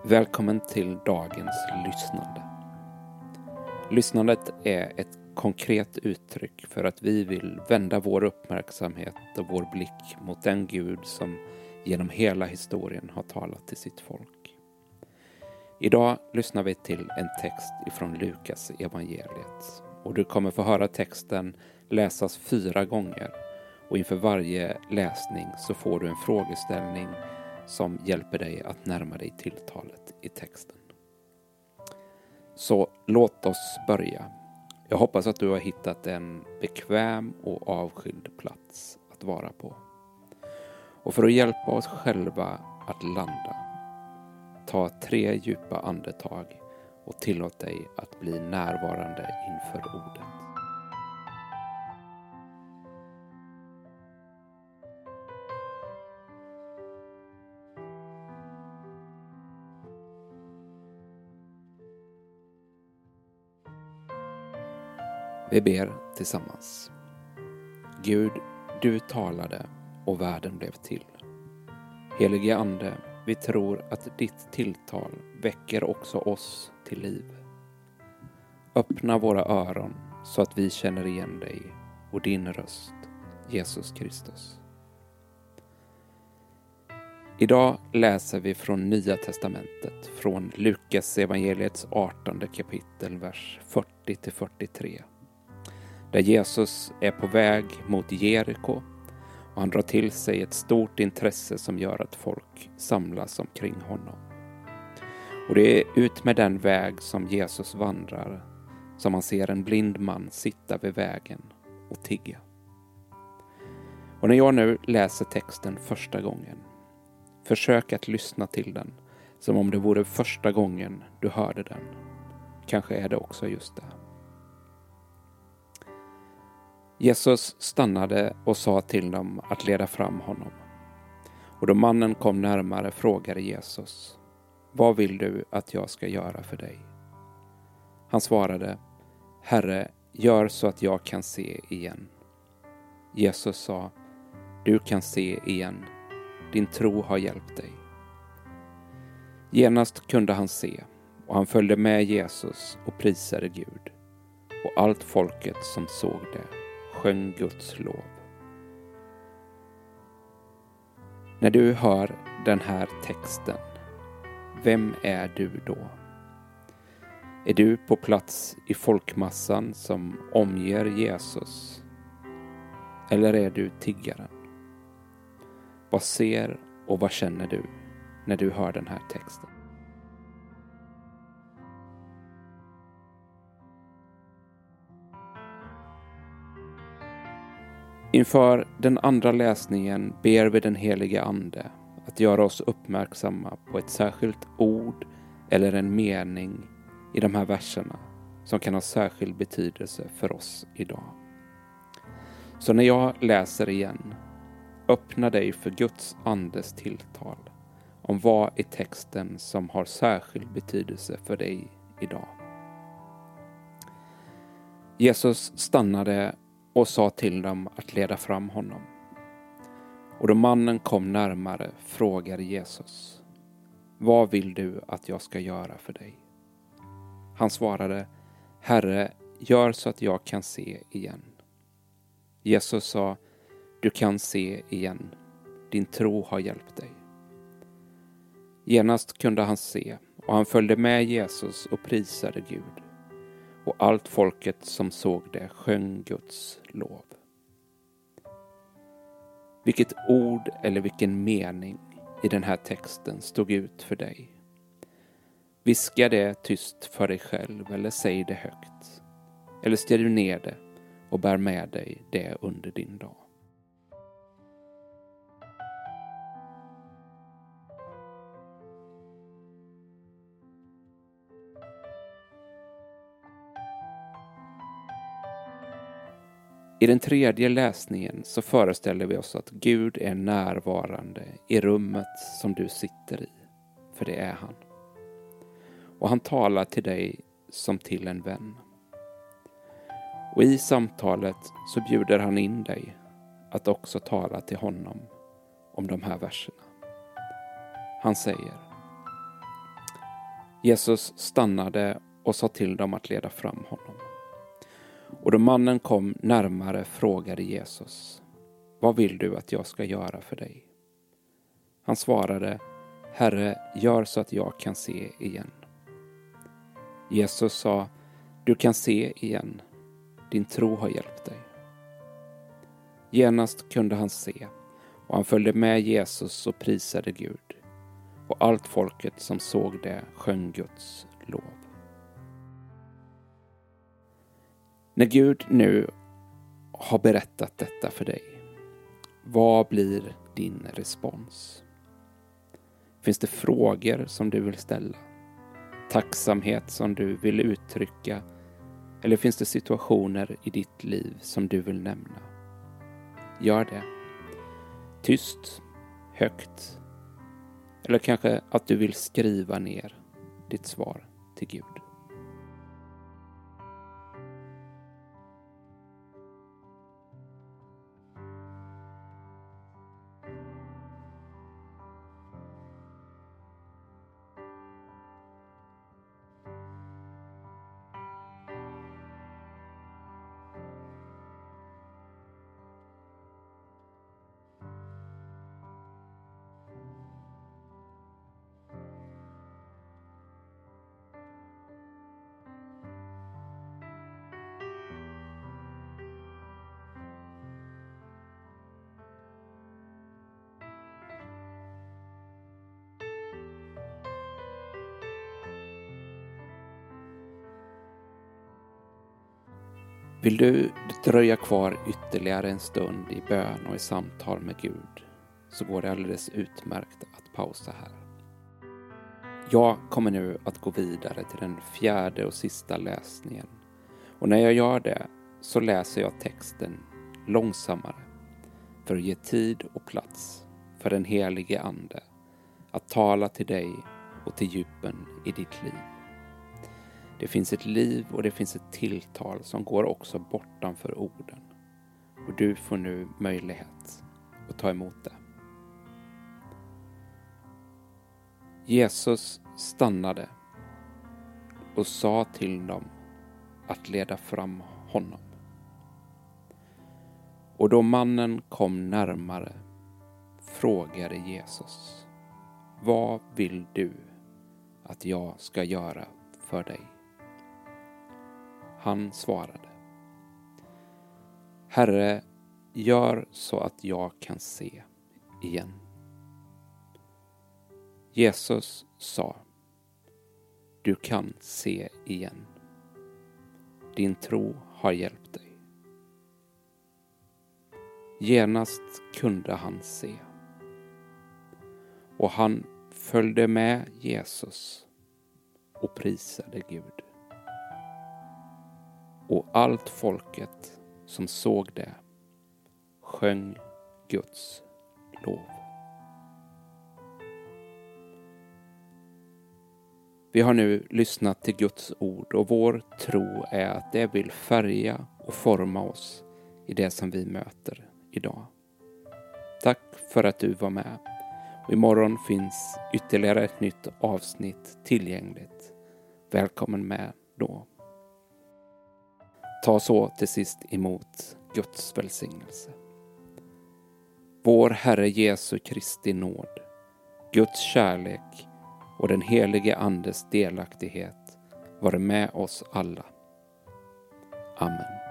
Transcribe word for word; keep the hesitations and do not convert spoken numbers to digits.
Välkommen till dagens lyssnande. Lyssnandet är ett konkret uttryck för att vi vill vända vår uppmärksamhet och vår blick mot den Gud som genom hela historien har talat till sitt folk. Idag lyssnar vi till en text ifrån Lukas evangeliet. Och du kommer få höra texten läsas fyra gånger. Och inför varje läsning så får du en frågeställning som hjälper dig att närma dig tilltalet i texten. Så låt oss börja. Jag hoppas att du har hittat en bekväm och avskild plats att vara på. Och för att hjälpa oss själva att landa, ta tre djupa andetag och tillåt dig att bli närvarande inför ordet. Vi ber tillsammans. Gud, du talade och världen blev till. Helige Ande, vi tror att ditt tilltal väcker också oss till liv. Öppna våra öron så att vi känner igen dig och din röst, Jesus Kristus. Idag läser vi från Nya testamentet, från Lukas evangeliets artonde kapitel, vers fyrtio till fyrtiotre. Där Jesus är på väg mot Jeriko och han drar till sig ett stort intresse som gör att folk samlas omkring honom. Och det är ut med den väg som Jesus vandrar som man ser en blind man sitta vid vägen och tigga. Och när jag nu läser texten första gången, försök att lyssna till den som om det vore första gången du hörde den. Kanske är det också just det. Jesus stannade och sa till dem att leda fram honom. Och då mannen kom närmare frågade Jesus: Vad vill du att jag ska göra för dig? Han svarade: Herre, gör så att jag kan se igen. Jesus sa: Du kan se igen. Din tro har hjälpt dig. Genast kunde han se, och han följde med Jesus och prisade Gud. Och allt folket som såg det sjöng Guds lov. När du hör den här texten, vem är du då? Är du på plats i folkmassan som omger Jesus? Eller är du tiggaren? Vad ser och vad känner du när du hör den här texten? Inför den andra läsningen ber vi den helige Ande att göra oss uppmärksamma på ett särskilt ord eller en mening i de här verserna som kan ha särskild betydelse för oss idag. Så när jag läser igen, öppna dig för Guds andes tilltal om vad i texten som har särskild betydelse för dig idag. Jesus stannade och sa till dem att leda fram honom. Och då mannen kom närmare frågade Jesus: Vad vill du att jag ska göra för dig? Han svarade: Herre, gör så att jag kan se igen. Jesus sa: Du kan se igen. Din tro har hjälpt dig. Genast kunde han se, och han följde med Jesus och prisade Gud. Och allt folket som såg det sjöng Guds lov. Vilket ord eller vilken mening i den här texten stod ut för dig? Viska det tyst för dig själv eller säg det högt. Eller skriv ner det och bär med dig det under din dag. I den tredje läsningen så föreställer vi oss att Gud är närvarande i rummet som du sitter i, för det är han. Och han talar till dig som till en vän. Och i samtalet så bjuder han in dig att också tala till honom om de här verserna. Han säger: Jesus stannade och sa till dem att leda fram honom. Och då mannen kom närmare frågade Jesus: vad vill du att jag ska göra för dig? Han svarade: Herre, gör så att jag kan se igen. Jesus sa: du kan se igen. Din tro har hjälpt dig. Genast kunde han se, och han följde med Jesus och prisade Gud. Och allt folket som såg det sjöng Guds lov. När Gud nu har berättat detta för dig, vad blir din respons? Finns det frågor som du vill ställa? Tacksamhet som du vill uttrycka? Eller finns det situationer i ditt liv som du vill nämna? Gör det. Tyst, högt. Eller kanske att du vill skriva ner ditt svar till Gud. Vill du dröja kvar ytterligare en stund i bön och i samtal med Gud, så går det alldeles utmärkt att pausa här. Jag kommer nu att gå vidare till den fjärde och sista läsningen. Och när jag gör det så läser jag texten långsammare för att ge tid och plats för den helige Ande att tala till dig och till djupen i ditt liv. Det finns ett liv och det finns ett tilltal som går också bortanför orden. Och du får nu möjlighet att ta emot det. Jesus stannade och sa till dem att leda fram honom. Och då mannen kom närmare frågade Jesus: vad vill du att jag ska göra för dig? Han svarade: Herre, gör så att jag kan se igen. Jesus sa: du kan se igen. Din tro har hjälpt dig. Genast kunde han se. Och han följde med Jesus och prisade Gud. Och allt folket som såg det sjöng Guds lov. Vi har nu lyssnat till Guds ord och vår tro är att det vill färga och forma oss i det som vi möter idag. Tack för att du var med. Och imorgon finns ytterligare ett nytt avsnitt tillgängligt. Välkommen med då. Ta så till sist emot Guds välsignelse. Vår Herre Jesu Kristi nåd, Guds kärlek och den helige Andes delaktighet vare med oss alla. Amen.